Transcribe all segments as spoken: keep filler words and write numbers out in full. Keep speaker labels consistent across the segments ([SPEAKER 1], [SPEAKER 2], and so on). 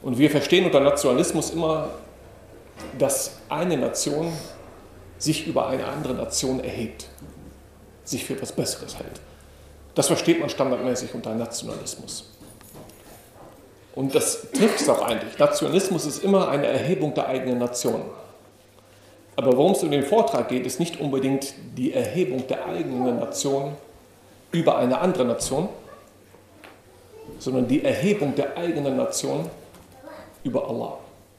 [SPEAKER 1] Und wir verstehen unter Nationalismus immer, dass eine Nation sich über eine andere Nation erhebt, sich für etwas Besseres hält. Das versteht man standardmäßig unter Nationalismus. Und das trifft es auch eigentlich. Nationalismus ist immer eine Erhebung der eigenen Nation. Aber worum es in dem Vortrag geht, ist nicht unbedingt die Erhebung der eigenen Nation über eine andere Nation, sondern die Erhebung der eigenen Nation über Allah.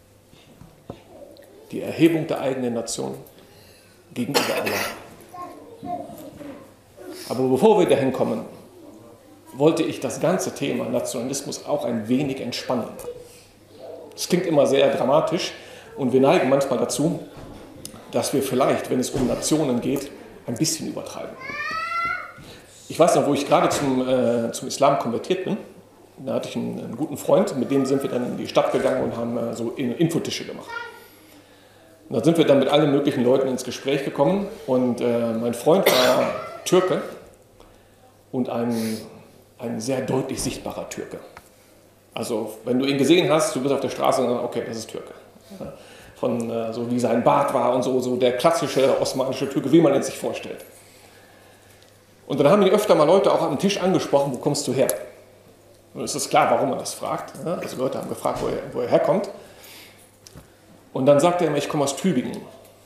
[SPEAKER 1] Die Erhebung der eigenen Nation gegenüber Allah. Aber bevor wir dahin kommen, wollte ich das ganze Thema Nationalismus auch ein wenig entspannen. Das klingt immer sehr dramatisch und wir neigen manchmal dazu, dass wir vielleicht, wenn es um Nationen geht, ein bisschen übertreiben. Ich weiß noch, wo ich gerade zum, äh, zum Islam konvertiert bin, da hatte ich einen, einen guten Freund, mit dem sind wir dann in die Stadt gegangen und haben äh, so Infotische gemacht. Und da sind wir dann mit allen möglichen Leuten ins Gespräch gekommen und äh, mein Freund war Türke und ein, ein sehr deutlich sichtbarer Türke. Also wenn du ihn gesehen hast, du bist auf der Straße und dann, okay, das ist Türke. Von äh, so wie sein Bart war und so, so der klassische osmanische Türke, wie man ihn sich vorstellt. Und dann haben ihn öfter mal Leute auch am Tisch angesprochen, wo kommst du her? Und es ist klar, warum man das fragt. Also Leute haben gefragt, wo er, wo er herkommt. Und dann sagt er immer, ich komme aus Tübingen.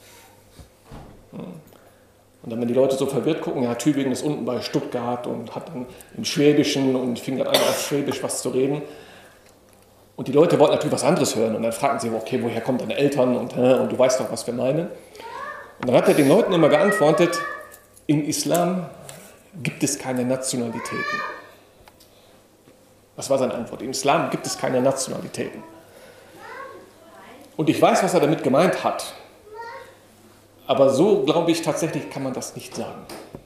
[SPEAKER 1] Und dann, wenn die Leute so verwirrt gucken, ja, Tübingen ist unten bei Stuttgart und hat dann im Schwäbischen und fing dann an, auf Schwäbisch was zu reden. Und die Leute wollten natürlich was anderes hören. Und dann fragten sie, okay, woher kommen deine Eltern? Und, und du weißt doch, was wir meinen. Und dann hat er den Leuten immer geantwortet, im Islam gibt es keine Nationalitäten. Das war seine Antwort. Im Islam gibt es keine Nationalitäten. Und ich weiß, was er damit gemeint hat. Aber so, glaube ich, tatsächlich kann man das nicht sagen.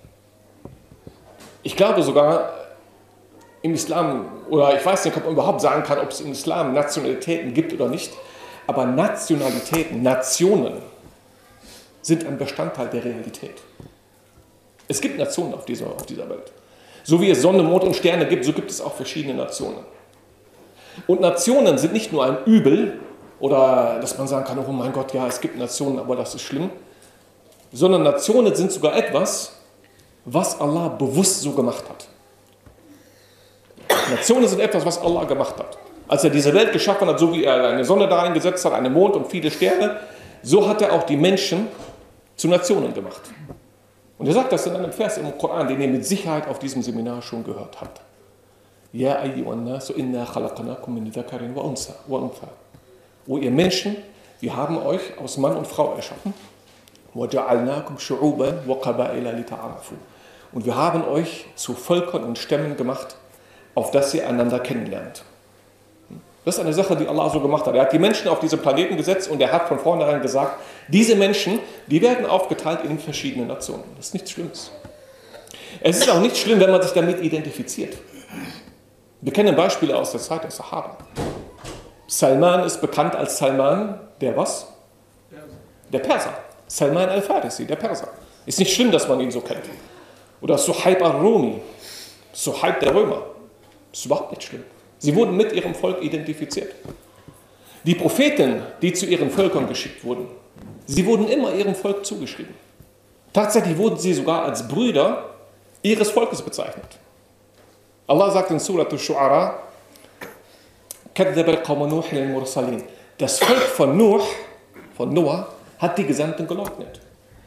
[SPEAKER 1] Ich glaube sogar, im Islam, oder ich weiß nicht, ob man überhaupt sagen kann, ob es im Islam Nationalitäten gibt oder nicht, aber Nationalitäten, Nationen sind ein Bestandteil der Realität. Es gibt Nationen auf dieser, auf dieser Welt. So wie es Sonne, Mond und Sterne gibt, so gibt es auch verschiedene Nationen. Und Nationen sind nicht nur ein Übel, oder dass man sagen kann, oh mein Gott, ja, es gibt Nationen, aber das ist schlimm, sondern Nationen sind sogar etwas, was Allah bewusst so gemacht hat. Nationen sind etwas, was Allah gemacht hat. Als er diese Welt geschaffen hat, so wie er eine Sonne da eingesetzt hat, einen Mond und viele Sterne, so hat er auch die Menschen zu Nationen gemacht. Und er sagt das in einem Vers im Koran, den ihr mit Sicherheit auf diesem Seminar schon gehört habt. Ya ayyuhan nasu inna khalaqnakum min dhakarin wa untha. O ihr Menschen, wir haben euch aus Mann und Frau erschaffen. Wa ja'alnakum shu'uban wa qaba'ila lita'arafu. Und wir haben euch zu Völkern und Stämmen gemacht, auf das ihr einander kennenlernt. Das ist eine Sache, die Allah so gemacht hat. Er hat die Menschen auf diesen Planeten gesetzt und er hat von vornherein gesagt, diese Menschen, die werden aufgeteilt in verschiedene Nationen. Das ist nichts Schlimmes. Es ist auch nicht schlimm, wenn man sich damit identifiziert. Wir kennen Beispiele aus der Zeit der Sahaba. Salman ist bekannt als Salman, der was? Der Perser. Salman al-Farisi, der Perser. Ist nicht schlimm, dass man ihn so kennt. Oder Suhaib al-Rumi, Suhaib der Römer. Ist überhaupt nicht schlimm. Sie wurden mit ihrem Volk identifiziert. Die Propheten, die zu ihren Völkern geschickt wurden, sie wurden immer ihrem Volk zugeschrieben. Tatsächlich wurden sie sogar als Brüder ihres Volkes bezeichnet. Allah sagt in Surat al-Shu'ara, das Volk von Nuh, von Noah, hat die Gesandten geleugnet.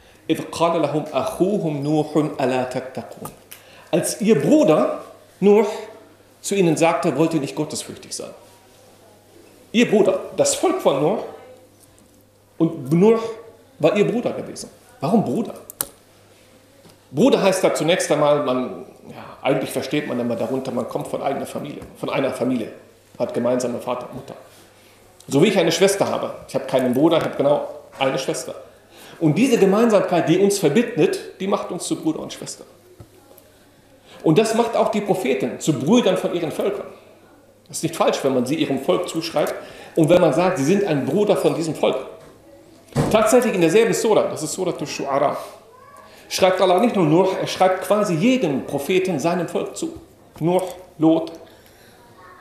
[SPEAKER 1] Als ihr Bruder Nuh zu ihnen sagte, wollt ihr nicht gottesfürchtig sein. Ihr Bruder, das Volk von Nuh, und Nuh war ihr Bruder gewesen. Warum Bruder? Bruder heißt da zunächst einmal, man, ja, eigentlich versteht man immer darunter, man kommt von eigener Familie, von einer Familie, hat gemeinsame Vater und Mutter. So wie ich eine Schwester habe. Ich habe keinen Bruder, ich habe genau eine Schwester. Und diese Gemeinsamkeit, die uns verbindet, die macht uns zu Bruder und Schwester. Und das macht auch die Propheten zu Brüdern von ihren Völkern. Das ist nicht falsch, wenn man sie ihrem Volk zuschreibt und wenn man sagt, sie sind ein Bruder von diesem Volk. Tatsächlich in derselben Surah, das ist Surah al-Shu'ara, schreibt Allah nicht nur Nuh, er schreibt quasi jedem Propheten seinem Volk zu. Nuh, Lot,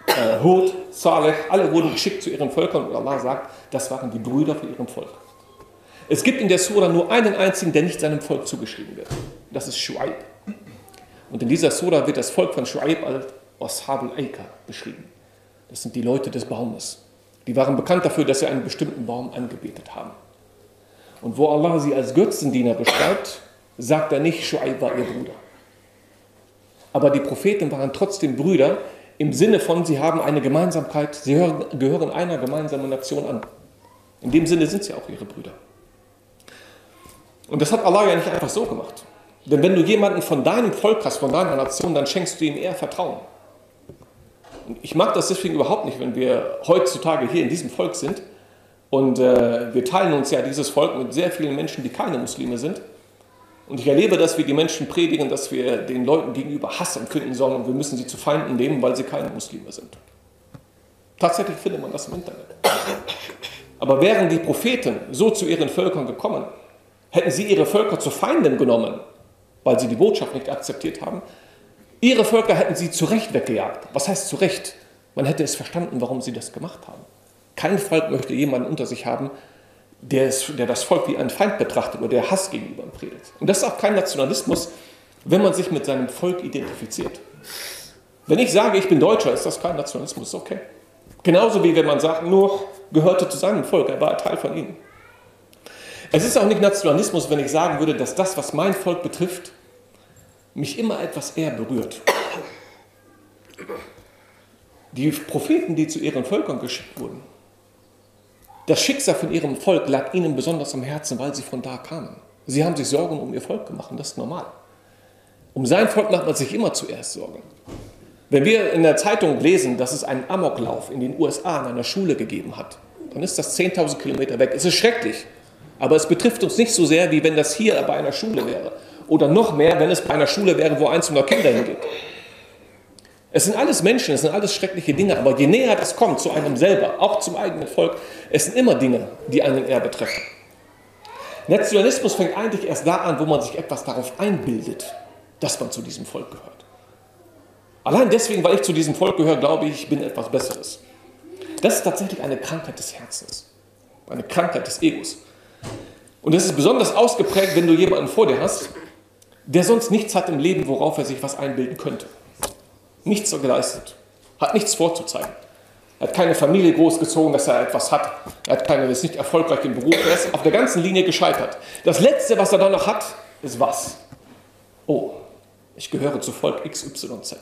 [SPEAKER 1] äh, Hud, Saleh, alle wurden geschickt zu ihren Völkern und Allah sagt, das waren die Brüder von ihrem Volk. Es gibt in der Sura nur einen einzigen, der nicht seinem Volk zugeschrieben wird. Das ist Shu'aib. Und in dieser Sura wird das Volk von Shu'aib als Ashabul Aika beschrieben. Das sind die Leute des Baumes. Die waren bekannt dafür, dass sie einen bestimmten Baum angebetet haben. Und wo Allah sie als Götzendiener beschreibt, sagt er nicht, Shu'aib war ihr Bruder. Aber die Propheten waren trotzdem Brüder im Sinne von, sie haben eine Gemeinsamkeit, sie gehören einer gemeinsamen Nation an. In dem Sinne sind sie auch ihre Brüder. Und das hat Allah ja nicht einfach so gemacht. Denn wenn du jemanden von deinem Volk hast, von deiner Nation, dann schenkst du ihm eher Vertrauen. Und ich mag das deswegen überhaupt nicht, wenn wir heutzutage hier in diesem Volk sind und äh, wir teilen uns ja dieses Volk mit sehr vielen Menschen, die keine Muslime sind. Und ich erlebe, dass wir die Menschen predigen, dass wir den Leuten gegenüber Hass empfinden sollen und wir müssen sie zu Feinden nehmen, weil sie keine Muslime sind. Tatsächlich findet man das im Internet. Aber wären die Propheten so zu ihren Völkern gekommen, hätten sie ihre Völker zu Feinden genommen, weil sie die Botschaft nicht akzeptiert haben, ihre Völker hätten sie zu Recht weggejagt. Was heißt zu Recht? Man hätte es verstanden, warum sie das gemacht haben. Kein Volk möchte jemanden unter sich haben, der, es, der das Volk wie einen Feind betrachtet oder der Hass gegenüber ihm predigt. Und das ist auch kein Nationalismus, wenn man sich mit seinem Volk identifiziert. Wenn ich sage, ich bin Deutscher, ist das kein Nationalismus, okay. Genauso wie wenn man sagt, Nuh gehörte zu seinem Volk, er war ein Teil von ihnen. Es ist auch nicht Nationalismus, wenn ich sagen würde, dass das, was mein Volk betrifft, mich immer etwas eher berührt. Die Propheten, die zu ihren Völkern geschickt wurden, das Schicksal von ihrem Volk lag ihnen besonders am Herzen, weil sie von da kamen. Sie haben sich Sorgen um ihr Volk gemacht und das ist normal. Um sein Volk macht man sich immer zuerst Sorgen. Wenn wir in der Zeitung lesen, dass es einen Amoklauf in den U S A in einer Schule gegeben hat, dann ist das zehntausend Kilometer weg. Es ist schrecklich, aber es betrifft uns nicht so sehr, wie wenn das hier bei einer Schule wäre. Oder noch mehr, wenn es bei einer Schule wäre, wo hundert Kinder hingeht. Es sind alles Menschen, es sind alles schreckliche Dinge, aber je näher das kommt zu einem selber, auch zum eigenen Volk, es sind immer Dinge, die einen eher betreffen. Nationalismus fängt eigentlich erst da an, wo man sich etwas darauf einbildet, dass man zu diesem Volk gehört. Allein deswegen, weil ich zu diesem Volk gehöre, glaube ich, ich bin etwas Besseres. Das ist tatsächlich eine Krankheit des Herzens, eine Krankheit des Egos. Und das ist besonders ausgeprägt, wenn du jemanden vor dir hast, der sonst nichts hat im Leben, worauf er sich was einbilden könnte. Nichts geleistet, hat nichts vorzuzeigen. Er hat keine Familie großgezogen, dass er etwas hat. Er hat keine, ist nicht erfolgreich im Beruf. Er ist auf der ganzen Linie gescheitert. Das Letzte, was er dann noch hat, ist was? Oh, ich gehöre zu Volk X Y Z.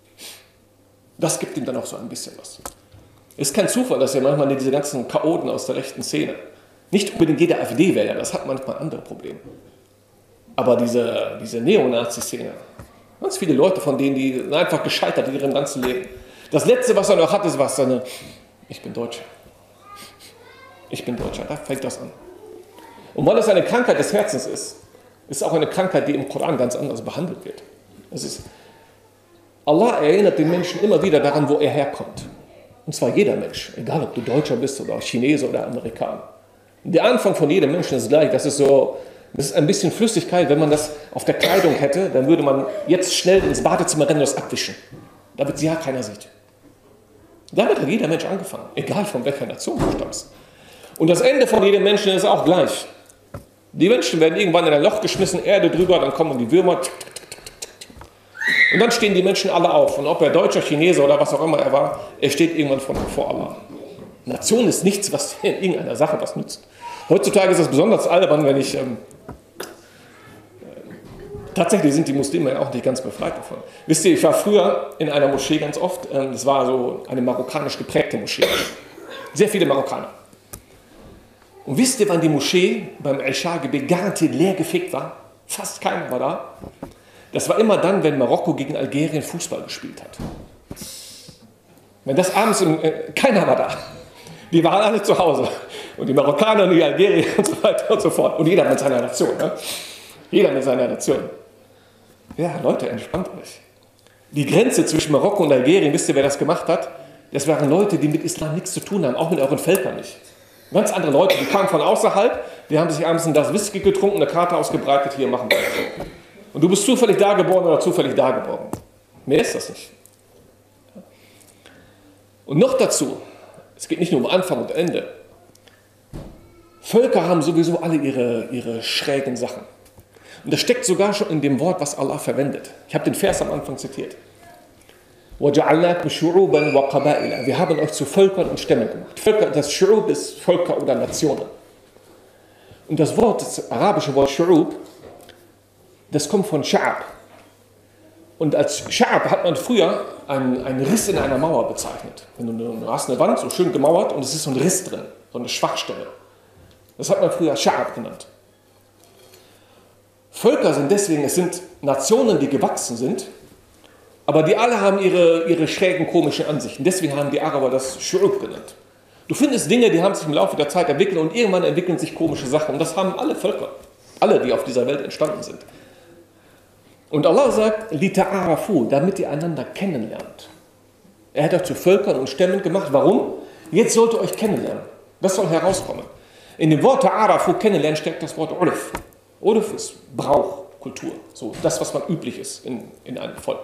[SPEAKER 1] Das gibt ihm dann auch so ein bisschen was. Es ist kein Zufall, dass ja manchmal diese ganzen Chaoten aus der rechten Szene, nicht unbedingt jeder AfD-Wähler, das hat manchmal andere Probleme. Aber diese, diese Neonazi-Szene, ganz viele Leute von denen, die sind einfach gescheitert in ihrem ganzen Leben. Das Letzte, was er noch hat, ist was? Seine, ich bin Deutscher. Ich bin Deutscher, da fängt das an. Und weil es eine Krankheit des Herzens ist, ist auch eine Krankheit, die im Koran ganz anders behandelt wird. Es ist, Allah erinnert den Menschen immer wieder daran, wo er herkommt. Und zwar jeder Mensch, egal ob du Deutscher bist oder Chinese oder Amerikaner. Der Anfang von jedem Menschen ist gleich. Das ist so, das ist ein bisschen Flüssigkeit. Wenn man das auf der Kleidung hätte, dann würde man jetzt schnell ins Badezimmer rennen und das abwischen, damit sie ja keiner sieht. Damit hat jeder Mensch angefangen, egal von welcher Nation du stammst. Und das Ende von jedem Menschen ist auch gleich. Die Menschen werden irgendwann in ein Loch geschmissen, Erde drüber, dann kommen die Würmer. Und dann stehen die Menschen alle auf. Und ob er Deutscher, Chinese oder was auch immer er war, er steht irgendwann vor, vor Allah. Nation ist nichts, was in irgendeiner Sache was nützt. Heutzutage ist es besonders albern, wenn ich... Ähm, tatsächlich sind die Muslime ja auch nicht ganz befreit davon. Wisst ihr, ich war früher in einer Moschee ganz oft. Ähm, das war so eine marokkanisch geprägte Moschee. Sehr viele Marokkaner. Und wisst ihr, wann die Moschee beim Isha-Gebet garantiert leer gefegt war? Fast keiner war da. Das war immer dann, wenn Marokko gegen Algerien Fußball gespielt hat. Wenn das abends, im, äh, keiner war da. Die waren alle zu Hause. Und die Marokkaner und die Algerier und so weiter und so fort. Und jeder mit seiner Nation. Ne? Jeder mit seiner Nation. Ja, Leute, entspannt euch. Die Grenze zwischen Marokko und Algerien, wisst ihr, wer das gemacht hat? Das waren Leute, die mit Islam nichts zu tun haben, auch mit euren Völkern nicht. Ganz andere Leute, die kamen von außerhalb, die haben sich abends ein Glas Whisky getrunken, eine Karte ausgebreitet, hier machen wir das. Und du bist zufällig da geboren oder zufällig da geboren. Mehr ist das nicht. Und noch dazu, es geht nicht nur um Anfang und Ende. Völker haben sowieso alle ihre, ihre schrägen Sachen. Und das steckt sogar schon in dem Wort, was Allah verwendet. Ich habe den Vers am Anfang zitiert. وَجَعَلْنَاكُمْ شُعُوبًا وَقَبَائِلًا. Wir haben euch zu Völkern und Stämmen gemacht. Völker, das Shu'ub ist Völker oder Nationen. Und das Wort, das arabische Wort Shu'ub, das kommt von Sha'ab. Und als Sha'ab hat man früher einen, einen Riss in einer Mauer bezeichnet. Wenn du, du hast eine Wand, so schön gemauert, und es ist so ein Riss drin, so eine Schwachstelle. Das hat man früher Sha'ab genannt. Völker sind deswegen, es sind Nationen, die gewachsen sind, aber die alle haben ihre, ihre schrägen, komischen Ansichten. Deswegen haben die Araber das Shu'ub genannt. Du findest Dinge, die haben sich im Laufe der Zeit entwickelt und irgendwann entwickeln sich komische Sachen. Und das haben alle Völker, alle, die auf dieser Welt entstanden sind. Und Allah sagt, lita'arafu, damit ihr einander kennenlernt. Er hat euch zu Völkern und Stämmen gemacht. Warum? Jetzt sollt ihr euch kennenlernen. Das soll herauskommen. In dem Wort ta'arafu, kennenlernen, steckt das Wort Urf. Urf ist Brauch, Kultur. So, das, was man üblich ist in, in einem Volk.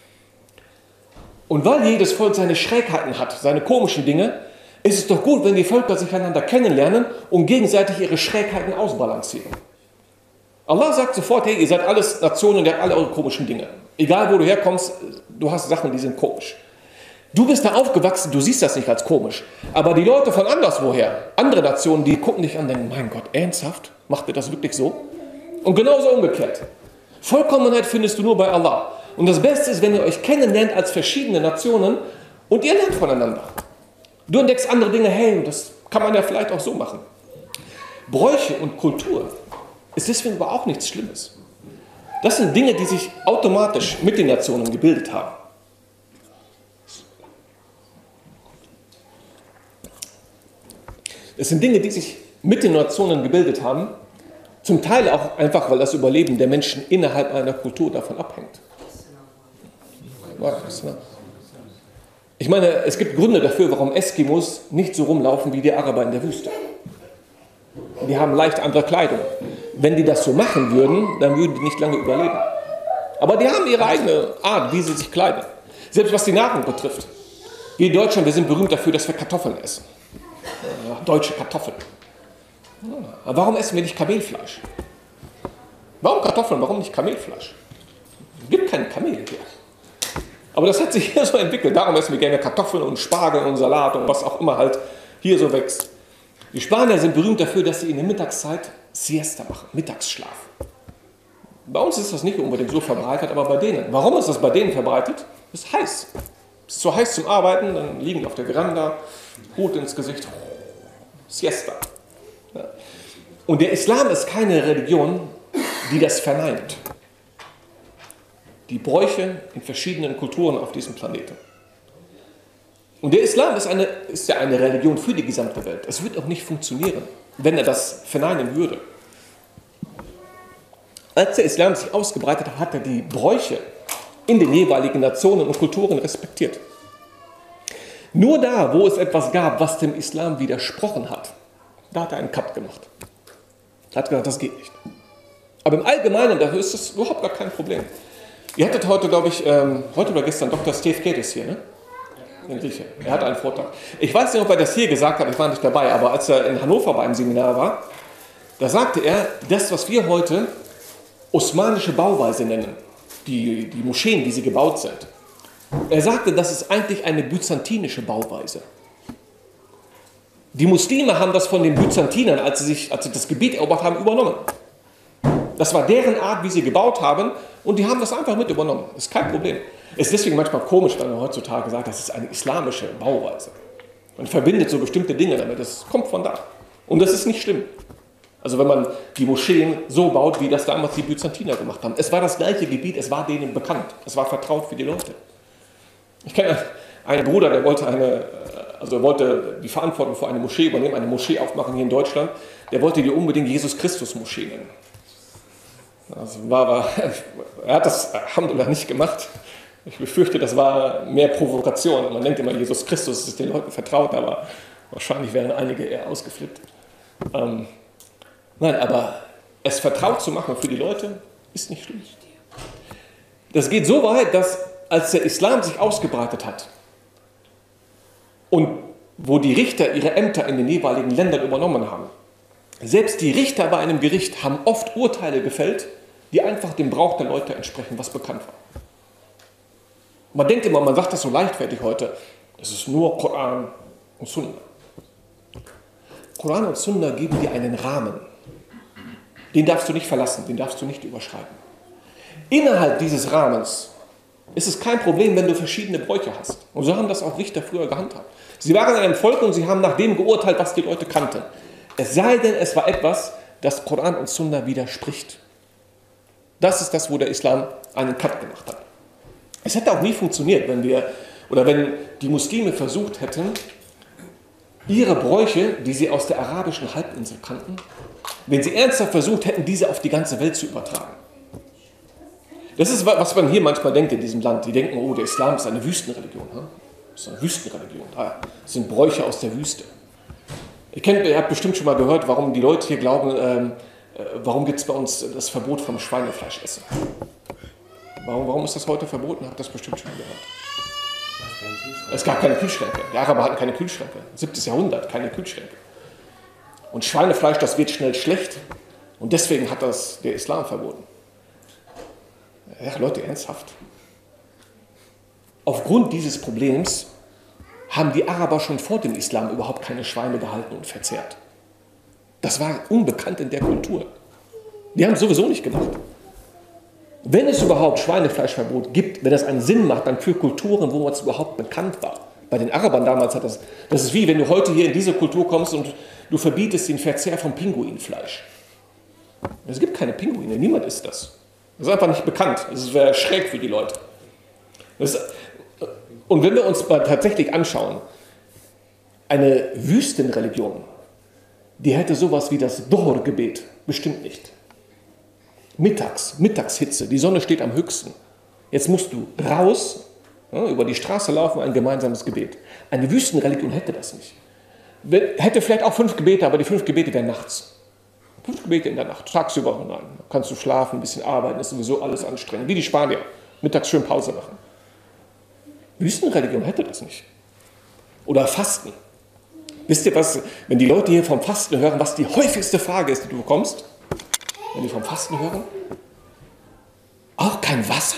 [SPEAKER 1] Und weil jedes Volk seine Schrägheiten hat, seine komischen Dinge, ist es doch gut, wenn die Völker sich einander kennenlernen und gegenseitig ihre Schrägheiten ausbalancieren. Allah sagt sofort, hey, ihr seid alles Nationen, ihr habt alle eure komischen Dinge. Egal, wo du herkommst, du hast Sachen, die sind komisch. Du bist da aufgewachsen, du siehst das nicht als komisch. Aber die Leute von anderswoher, andere Nationen, die gucken dich an und denken, mein Gott, ernsthaft? Macht ihr das wirklich so? Und genauso umgekehrt. Vollkommenheit findest du nur bei Allah. Und das Beste ist, wenn ihr euch kennenlernt als verschiedene Nationen und ihr lernt voneinander. Du entdeckst andere Dinge, hey, das kann man ja vielleicht auch so machen. Bräuche und Kultur ist deswegen aber auch nichts Schlimmes. Das sind Dinge, die sich automatisch mit den Nationen gebildet haben. Es sind Dinge, die sich mit den Nationen gebildet haben, zum Teil auch einfach, weil das Überleben der Menschen innerhalb einer Kultur davon abhängt. Ich meine, es gibt Gründe dafür, warum Eskimos nicht so rumlaufen wie die Araber in der Wüste. Die haben leicht andere Kleidung. Wenn die das so machen würden, dann würden die nicht lange überleben. Aber die haben ihre eigene Art, wie sie sich kleiden. Selbst was die Nahrung betrifft. Wir in Deutschland, wir sind berühmt dafür, dass wir Kartoffeln essen. Ja, deutsche Kartoffeln. Aber warum essen wir nicht Kamelfleisch? Warum Kartoffeln, warum nicht Kamelfleisch? Es gibt keinen Kamel hier. Aber das hat sich hier so entwickelt. Darum essen wir gerne Kartoffeln und Spargel und Salat und was auch immer halt hier so wächst. Die Spanier sind berühmt dafür, dass sie in der Mittagszeit Siesta machen, Mittagsschlaf. Bei uns ist das nicht unbedingt so verbreitet, aber bei denen. Warum ist das bei denen verbreitet? Es ist heiß. Es ist so heiß zum Arbeiten, dann liegen die auf der Veranda, Hut ins Gesicht, Siesta. Ja. Und der Islam ist keine Religion, die das verneint. Die Bräuche in verschiedenen Kulturen auf diesem Planeten. Und der Islam ist, eine, ist ja eine Religion für die gesamte Welt. Es wird auch nicht funktionieren, wenn er das verneinen würde. Als der Islam sich ausgebreitet hat, hat er die Bräuche in den jeweiligen Nationen und Kulturen respektiert. Nur da, wo es etwas gab, was dem Islam widersprochen hat, da hat er einen Cut gemacht. Er hat gesagt, das geht nicht. Aber im Allgemeinen, dafür ist das überhaupt gar kein Problem. Ihr hattet heute, glaube ich, ähm, heute oder gestern Doktor Steve Geddes hier, ne? In Grieche. Er hat einen Vortrag. Ich weiß nicht, ob er das hier gesagt hat, ich war nicht dabei, aber als er in Hannover beim Seminar war, da sagte er, das, was wir heute osmanische Bauweise nennen, die, die Moscheen, wie sie gebaut sind, er sagte, das ist eigentlich eine byzantinische Bauweise. Die Muslime haben das von den Byzantinern, als sie, sich, als sie das Gebiet erobert haben, übernommen. Das war deren Art, wie sie gebaut haben, und die haben das einfach mit übernommen. Das ist kein Problem. Es ist deswegen manchmal komisch, wenn man heutzutage sagt, das ist eine islamische Bauweise. Man verbindet so bestimmte Dinge damit, das kommt von da. Und das ist nicht schlimm. Also wenn man die Moscheen so baut, wie das damals die Byzantiner gemacht haben. Es war das gleiche Gebiet, es war denen bekannt, es war vertraut für die Leute. Ich kenne einen Bruder, der wollte, eine, also wollte die Verantwortung für eine Moschee übernehmen, eine Moschee aufmachen hier in Deutschland. Der wollte die unbedingt Jesus-Christus-Moschee nennen. Also war, war, er hat das Alhamdulillah nicht gemacht. Ich befürchte, das war mehr Provokation. Man nennt immer Jesus Christus, es ist den Leuten vertraut, aber wahrscheinlich wären einige eher ausgeflippt. Ähm, nein, aber es vertraut zu machen für die Leute, ist nicht schlimm. Das geht so weit, dass als der Islam sich ausgebreitet hat, und wo die Richter ihre Ämter in den jeweiligen Ländern übernommen haben. Selbst die Richter bei einem Gericht haben oft Urteile gefällt, die einfach dem Brauch der Leute entsprechen, was bekannt war. Man denkt immer, man sagt das so leichtfertig heute, es ist nur Koran und Sunna. Koran und Sunna geben dir einen Rahmen. Den darfst du nicht verlassen, den darfst du nicht überschreiten. Innerhalb dieses Rahmens ist es kein Problem, wenn du verschiedene Bräuche hast. Und so haben das auch Richter früher gehandhabt. Sie waren in einem Volk und sie haben nach dem geurteilt, was die Leute kannten. Es sei denn, es war etwas, das Koran und Sunna widerspricht. Das ist das, wo der Islam einen Cut gemacht hat. Es hätte auch nie funktioniert, wenn wir, oder wenn die Muslime versucht hätten, ihre Bräuche, die sie aus der arabischen Halbinsel kannten, wenn sie ernsthaft versucht hätten, diese auf die ganze Welt zu übertragen. Das ist, was man hier manchmal denkt in diesem Land. Die denken, oh, der Islam ist eine Wüstenreligion. Das ist eine Wüstenreligion. Das sind Bräuche aus der Wüste. Ihr kennt, ihr habt bestimmt schon mal gehört, warum die Leute hier glauben, ähm, äh, warum gibt es bei uns das Verbot vom Schweinefleischessen? Warum, warum ist das heute verboten? Habt ihr das bestimmt schon mal gehört. Es gab keine Kühlschränke. Die Araber hatten keine Kühlschränke. siebtes Jahrhundert, keine Kühlschränke. Und Schweinefleisch, das wird schnell schlecht. Und deswegen hat das der Islam verboten. Ja, Leute, ernsthaft. Aufgrund dieses Problems haben die Araber schon vor dem Islam überhaupt keine Schweine gehalten und verzehrt. Das war unbekannt in der Kultur. Die haben es sowieso nicht gemacht. Wenn es überhaupt Schweinefleischverbot gibt, wenn das einen Sinn macht, dann für Kulturen, wo es überhaupt bekannt war. Bei den Arabern damals hat das, das ist wie, wenn du heute hier in diese Kultur kommst und du verbietest den Verzehr von Pinguinfleisch. Es gibt keine Pinguine, niemand isst das. Das ist einfach nicht bekannt. Das wäre schräg für die Leute. Das ist, und wenn wir uns mal tatsächlich anschauen, eine Wüstenreligion, die hätte sowas wie das Dhuhr-Gebet bestimmt nicht. Mittags, Mittagshitze, die Sonne steht am höchsten. Jetzt musst du raus, ja, über die Straße laufen, ein gemeinsames Gebet. Eine Wüstenreligion hätte das nicht. Hätte vielleicht auch fünf Gebete, aber die fünf Gebete wären nachts. Fünf Gebete in der Nacht, tagsüber, nein. Kannst du schlafen, ein bisschen arbeiten, ist sowieso alles anstrengend. Wie die Spanier, mittags schön Pause machen. Wüstenreligion hätte das nicht. Oder Fasten. Wisst ihr was, wenn die Leute hier vom Fasten hören, was die häufigste Frage ist, die du bekommst? Wenn die vom Fasten hören? Auch kein Wasser?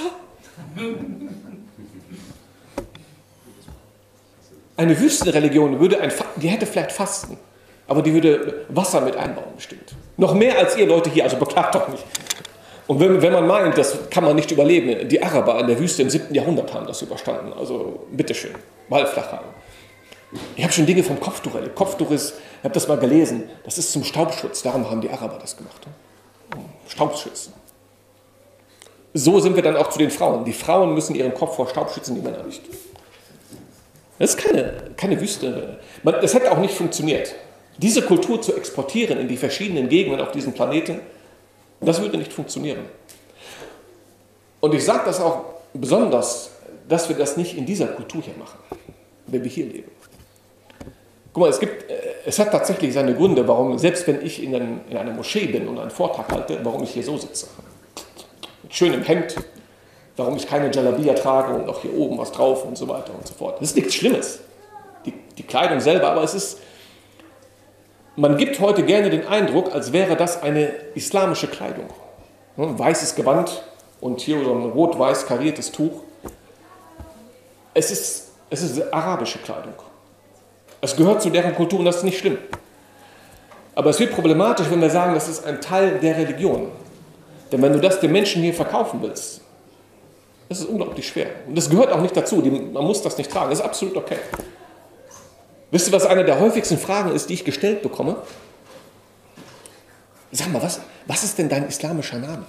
[SPEAKER 1] Eine Wüstenreligion würde ein, die hätte vielleicht Fasten, aber die würde Wasser mit einbauen bestimmt. Noch mehr als ihr Leute hier, also beklagt doch nicht. Und wenn, wenn man meint, das kann man nicht überleben, die Araber in der Wüste im siebten Jahrhundert haben das überstanden, also bitteschön, mal flach haben. Ich habe schon Dinge vom Kopftuch erlebt. Kopftuch ist, ich habe das mal gelesen, das ist zum Staubschutz, darum haben die Araber das gemacht. Um Staub zu schützen. So sind wir dann auch zu den Frauen. Die Frauen müssen ihren Kopf vor Staub schützen, die Männer nicht. Das ist keine, keine Wüste. Das hätte auch nicht funktioniert. Diese Kultur zu exportieren in die verschiedenen Gegenden auf diesem Planeten, das würde nicht funktionieren. Und ich sage das auch besonders, dass wir das nicht in dieser Kultur hier machen, wenn wir hier leben. Guck mal, es, gibt, es hat tatsächlich seine Gründe, warum, selbst wenn ich in, einen, in einer Moschee bin und einen Vortrag halte, warum ich hier so sitze. Mit schönem Hemd, warum ich keine Jalabia trage und auch hier oben was drauf und so weiter und so fort. Das ist nichts Schlimmes, die, die Kleidung selber, aber es ist, man gibt heute gerne den Eindruck, als wäre das eine islamische Kleidung. Ein weißes Gewand und hier so ein rot-weiß kariertes Tuch. Es ist, es ist arabische Kleidung. Es gehört zu deren Kultur und das ist nicht schlimm. Aber es wird problematisch, wenn wir sagen, das ist ein Teil der Religion. Denn wenn du das den Menschen hier verkaufen willst, das ist unglaublich schwer. Und das gehört auch nicht dazu. Man muss das nicht tragen. Das ist absolut okay. Wisst ihr, was eine der häufigsten Fragen ist, die ich gestellt bekomme? Sag mal, was, was ist denn dein islamischer Name?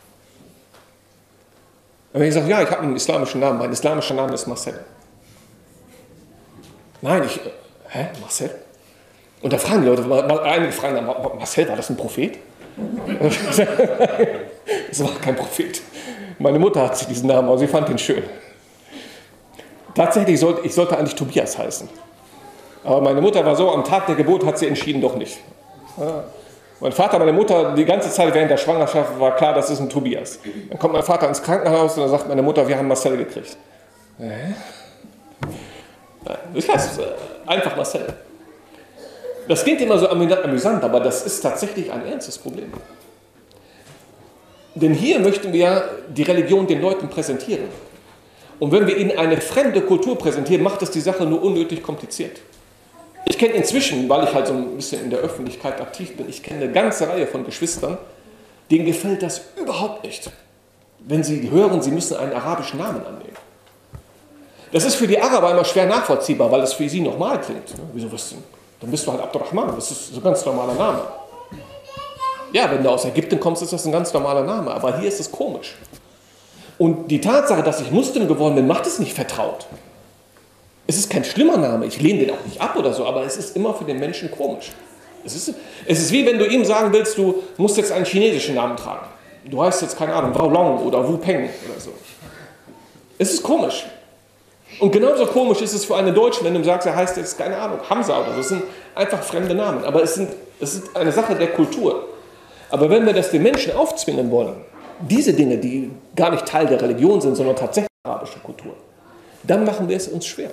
[SPEAKER 1] Und wenn ich sage, ja, ich habe einen islamischen Namen, mein islamischer Name ist Marcel. Nein, ich, hä, Marcel? Und da fragen die Leute, einige fragen dann, Marcel, war das ein Prophet? Das war kein Prophet. Meine Mutter hat sich diesen Namen, aber sie fand ihn schön. Tatsächlich sollte ich sollte eigentlich Tobias heißen. Aber meine Mutter war so, am Tag der Geburt hat sie entschieden, doch nicht. Mein Vater, meine Mutter, die ganze Zeit während der Schwangerschaft war klar, das ist ein Tobias. Dann kommt mein Vater ins Krankenhaus und dann sagt meine Mutter, wir haben Marcel gekriegt. Das heißt, einfach Marcel. Das klingt immer so amüsant, aber das ist tatsächlich ein ernstes Problem. Denn hier möchten wir die Religion den Leuten präsentieren. Und wenn wir ihnen eine fremde Kultur präsentieren, macht das die Sache nur unnötig kompliziert. Ich kenne inzwischen, weil ich halt so ein bisschen in der Öffentlichkeit aktiv bin, ich kenne eine ganze Reihe von Geschwistern, denen gefällt das überhaupt nicht, wenn sie hören, sie müssen einen arabischen Namen annehmen. Das ist für die Araber immer schwer nachvollziehbar, weil das für sie normal klingt. Wieso was denn? Dann bist du halt Abdurrahman, das ist so ein ganz normaler Name. Ja, wenn du aus Ägypten kommst, ist das ein ganz normaler Name, aber hier ist es komisch. Und die Tatsache, dass ich Muslim geworden bin, macht es nicht vertraut. Es ist kein schlimmer Name, ich lehne den auch nicht ab oder so, aber es ist immer für den Menschen komisch. Es ist, es ist wie wenn du ihm sagen willst, du musst jetzt einen chinesischen Namen tragen. Du heißt jetzt, keine Ahnung, Wao Long oder Wu Peng oder so. Es ist komisch. Und genauso komisch ist es für einen Deutschen, wenn du ihm sagst, er heißt jetzt, keine Ahnung, Hamza oder so. Das sind einfach fremde Namen, aber es, sind, es ist eine Sache der Kultur. Aber wenn wir das den Menschen aufzwingen wollen, diese Dinge, die gar nicht Teil der Religion sind, sondern tatsächlich arabische Kultur, dann machen wir es uns schwer.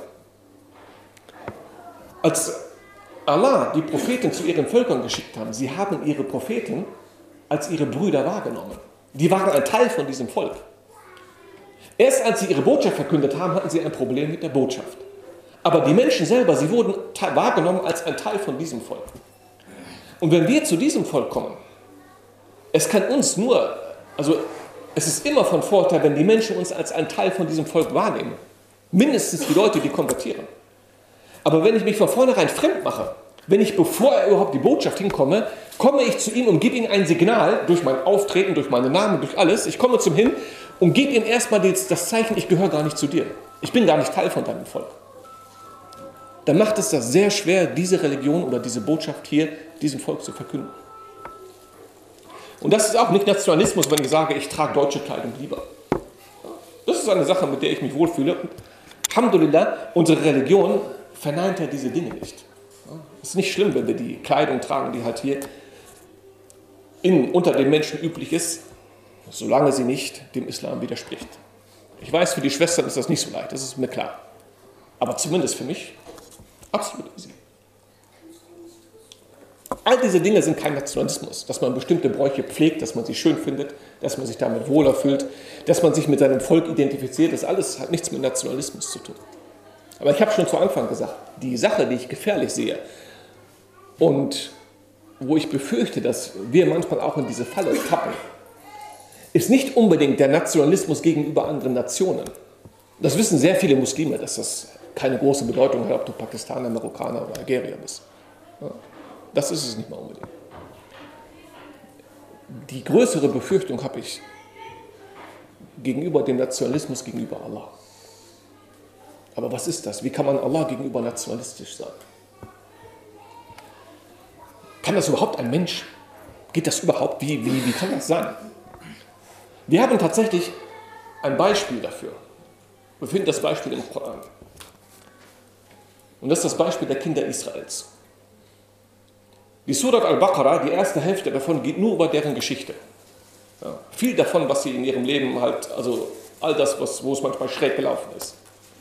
[SPEAKER 1] Als Allah die Propheten zu ihren Völkern geschickt haben, sie haben ihre Propheten als ihre Brüder wahrgenommen. Die waren ein Teil von diesem Volk. Erst als sie ihre Botschaft verkündet haben, hatten sie ein Problem mit der Botschaft. Aber die Menschen selber, sie wurden wahrgenommen als ein Teil von diesem Volk. Und wenn wir zu diesem Volk kommen, es kann uns nur, also es ist immer von Vorteil, wenn die Menschen uns als ein Teil von diesem Volk wahrnehmen. Mindestens die Leute, die konvertieren. Aber wenn ich mich von vornherein fremd mache, wenn ich, bevor er überhaupt die Botschaft hinkomme, komme ich zu ihm und gebe ihm ein Signal, durch mein Auftreten, durch meinen Namen, durch alles, ich komme zum hin und gebe ihm erstmal das Zeichen, ich gehöre gar nicht zu dir. Ich bin gar nicht Teil von deinem Volk. Dann macht es das sehr schwer, diese Religion oder diese Botschaft hier diesem Volk zu verkünden. Und das ist auch nicht Nationalismus, wenn ich sage, ich trage deutsche Kleidung lieber. Das ist eine Sache, mit der ich mich wohlfühle. Und Alhamdulillah, unsere Religion verneint ja diese Dinge nicht. Es ist nicht schlimm, wenn wir die Kleidung tragen, die halt hier in, unter den Menschen üblich ist, solange sie nicht dem Islam widerspricht. Ich weiß, für die Schwestern ist das nicht so leicht, das ist mir klar. Aber zumindest für mich absolut easy. All diese Dinge sind kein Nationalismus, dass man bestimmte Bräuche pflegt, dass man sie schön findet, dass man sich damit wohler fühlt, dass man sich mit seinem Volk identifiziert. Das alles hat nichts mit Nationalismus zu tun. Aber ich habe schon zu Anfang gesagt, die Sache, die ich gefährlich sehe und wo ich befürchte, dass wir manchmal auch in diese Falle tappen, ist nicht unbedingt der Nationalismus gegenüber anderen Nationen. Das wissen sehr viele Muslime, dass das keine große Bedeutung hat, ob du Pakistaner, Marokkaner oder Algerier bist. Ja, das ist es nicht mal unbedingt. Die größere Befürchtung habe ich gegenüber dem Nationalismus gegenüber Allah. Aber was ist das? Wie kann man Allah gegenüber nationalistisch sein? Kann das überhaupt ein Mensch? Geht das überhaupt? Wie, wie, wie kann das sein? Wir haben tatsächlich ein Beispiel dafür. Wir finden das Beispiel im Koran. Und das ist das Beispiel der Kinder Israels. Die Surat al-Baqarah, die erste Hälfte davon, geht nur über deren Geschichte. Ja, viel davon, was sie in ihrem Leben halt, also all das, was, wo es manchmal schräg gelaufen ist.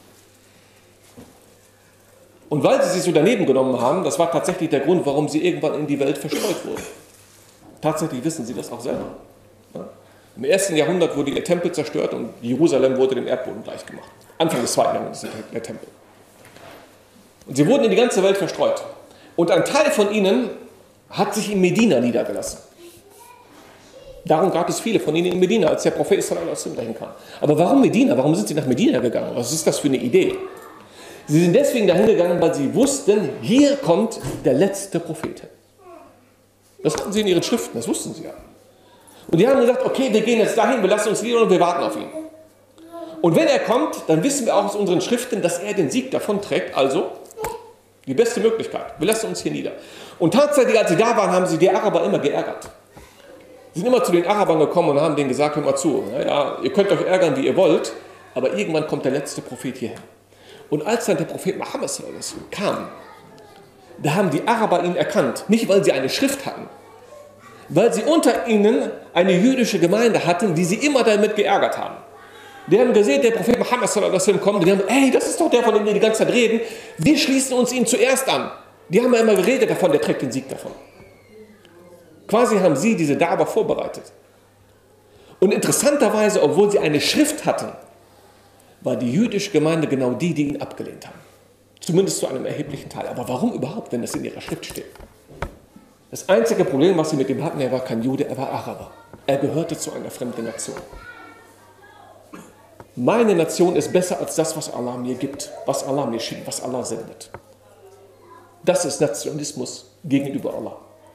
[SPEAKER 1] Und weil sie sich so daneben genommen haben, das war tatsächlich der Grund, warum sie irgendwann in die Welt verstreut wurden. Tatsächlich wissen sie das auch selber. Ja. Im ersten Jahrhundert wurde ihr Tempel zerstört und Jerusalem wurde dem Erdboden gleichgemacht. Anfang des zweiten Jahrhunderts der Tempel. Und sie wurden in die ganze Welt verstreut. Und ein Teil von ihnen hat sich in Medina niedergelassen. Darum gab es viele von ihnen in Medina, als der Prophet sallallahu alaihi wasallam dahin kam. Aber warum Medina? Warum sind sie nach Medina gegangen? Was ist das für eine Idee? Sie sind deswegen dahin gegangen, weil sie wussten, hier kommt der letzte Prophet. Das hatten sie in ihren Schriften, das wussten sie ja. Und die haben gesagt, okay, wir gehen jetzt dahin, wir lassen uns nieder und wir warten auf ihn. Und wenn er kommt, dann wissen wir auch aus unseren Schriften, dass er den Sieg davonträgt. Also die beste Möglichkeit, wir lassen uns hier nieder. Und tatsächlich, als sie da waren, haben sie die Araber immer geärgert. Sie sind immer zu den Arabern gekommen und haben denen gesagt, hör mal zu, ja, ihr könnt euch ärgern, wie ihr wollt, aber irgendwann kommt der letzte Prophet hierher. Und als dann der Prophet Mohammed kam, da haben die Araber ihn erkannt, nicht weil sie eine Schrift hatten, weil sie unter ihnen eine jüdische Gemeinde hatten, die sie immer damit geärgert haben. Die haben gesehen, der Prophet Muhammad sallallahu alaihi wasallam kommt, und die haben, ey, das ist doch der, von dem wir die ganze Zeit reden. Wir schließen uns ihm zuerst an. Die haben ja immer geredet davon, der trägt den Sieg davon. Quasi haben sie diese Da'wah vorbereitet. Und interessanterweise, obwohl sie eine Schrift hatten, war die jüdische Gemeinde genau die, die ihn abgelehnt haben. Zumindest zu einem erheblichen Teil. Aber warum überhaupt, wenn das in ihrer Schrift steht? Das einzige Problem, was sie mit ihm hatten, er war kein Jude, er war Araber. Er gehörte zu einer fremden Nation. Meine Nation ist besser als das, was Allah mir gibt, was Allah mir schickt, was Allah sendet. Das ist Nationalismus gegenüber Allah.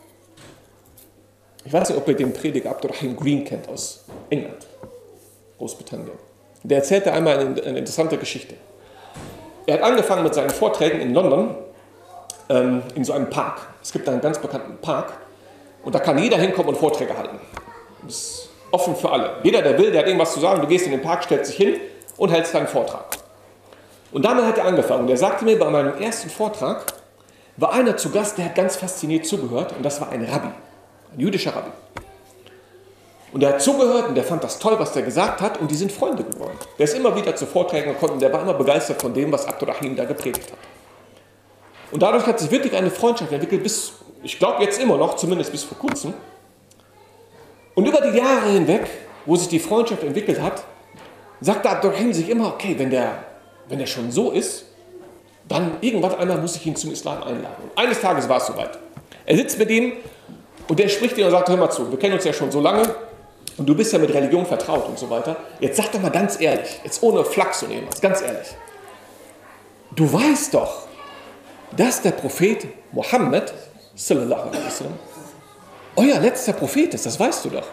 [SPEAKER 1] Ich weiß nicht, ob ihr den Prediger Abdurrahim Green kennt aus England, Großbritannien. Der erzählte einmal eine, eine interessante Geschichte. Er hat angefangen mit seinen Vorträgen in London, ähm, in so einem Park. Es gibt einen ganz bekannten Park und da kann jeder hinkommen und Vorträge halten. Das ist offen für alle. Jeder, der will, der hat irgendwas zu sagen, du gehst in den Park, stellst dich hin und hältst deinen Vortrag. Und damit hat er angefangen. Und er sagte mir, bei meinem ersten Vortrag war einer zu Gast, der hat ganz fasziniert zugehört und das war ein Rabbi, ein jüdischer Rabbi. Und er hat zugehört und der fand das toll, was der gesagt hat und die sind Freunde geworden. Der ist immer wieder zu Vorträgen gekommen und der war immer begeistert von dem, was Abdurrahim da gepredigt hat. Und dadurch hat sich wirklich eine Freundschaft entwickelt, bis, ich glaube jetzt immer noch, zumindest bis vor kurzem. Und über die Jahre hinweg, wo sich die Freundschaft entwickelt hat, sagte Abdurrahim sich immer, okay, wenn der, wenn der schon so ist, dann irgendwann einmal muss ich ihn zum Islam einladen. Und eines Tages war es soweit. Er sitzt mit ihm und der spricht ihn und sagt, hör mal zu, wir kennen uns ja schon so lange und du bist ja mit Religion vertraut und so weiter. Jetzt sag doch mal ganz ehrlich, jetzt ohne Flachs und irgendwas, ganz ehrlich. Du weißt doch, dass der Prophet Mohammed, sallallahu alaihi wasallam, euer letzter Prophet ist, das weißt du doch.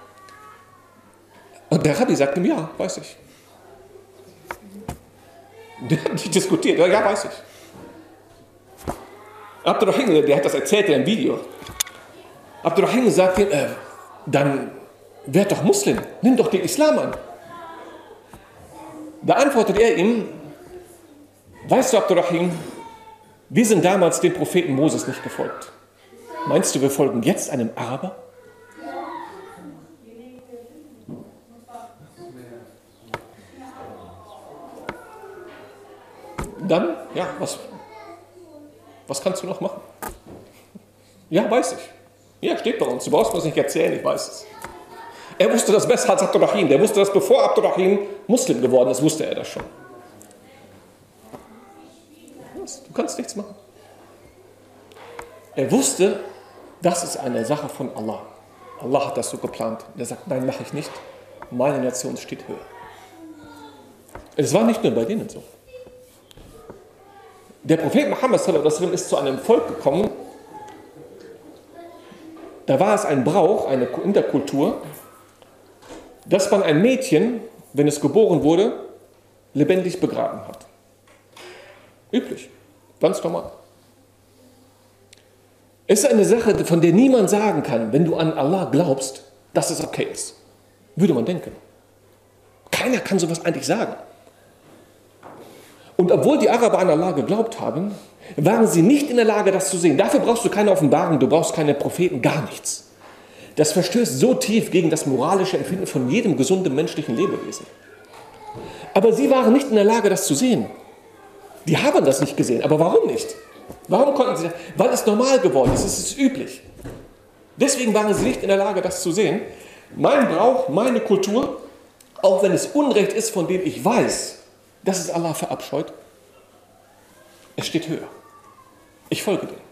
[SPEAKER 1] Und der Rabbi sagt ihm, ja, weiß ich. Der hat nicht diskutiert, ja, weiß ich. Abdurrahim, der hat das erzählt in einem Video. Abdurrahim sagt ihm, äh, dann werd doch Muslim, nimm doch den Islam an. Da antwortet er ihm, weißt du, Abdurrahim, wir sind damals dem Propheten Moses nicht gefolgt. Meinst du, wir folgen jetzt einem Araber? Dann, ja, was, was kannst du noch machen? Ja, weiß ich. Ja, steht bei uns. Du brauchst mir das nicht erzählen, ich weiß es. Er wusste das besser als Abdurrahim. Der wusste das, bevor Abdurrahim Muslim geworden ist, wusste er das schon. Was? Du kannst nichts machen. Er wusste, das ist eine Sache von Allah. Allah hat das so geplant. Und er sagt, nein, mache ich nicht. Meine Nation steht höher. Es war nicht nur bei denen so. Der Prophet Muhammad sallallahu alaihi wasallam ist zu einem Volk gekommen, da war es ein Brauch, eine Interkultur, dass man ein Mädchen, wenn es geboren wurde, lebendig begraben hat. Üblich, ganz normal. Es ist eine Sache, von der niemand sagen kann, wenn du an Allah glaubst, dass es okay ist. Würde man denken. Keiner kann sowas eigentlich sagen. Und obwohl die Araber an Allah geglaubt haben, waren sie nicht in der Lage, das zu sehen. Dafür brauchst du keine Offenbarung, du brauchst keine Propheten, gar nichts. Das verstößt so tief gegen das moralische Empfinden von jedem gesunden menschlichen Lebewesen. Aber sie waren nicht in der Lage, das zu sehen. Die haben das nicht gesehen. Aber warum nicht? Warum konnten sie das? Weil es normal geworden ist, es ist üblich. Deswegen waren sie nicht in der Lage, das zu sehen. Mein Brauch, meine Kultur, auch wenn es Unrecht ist, von dem ich weiß, dass es Allah verabscheut, es steht höher. Ich folge dem.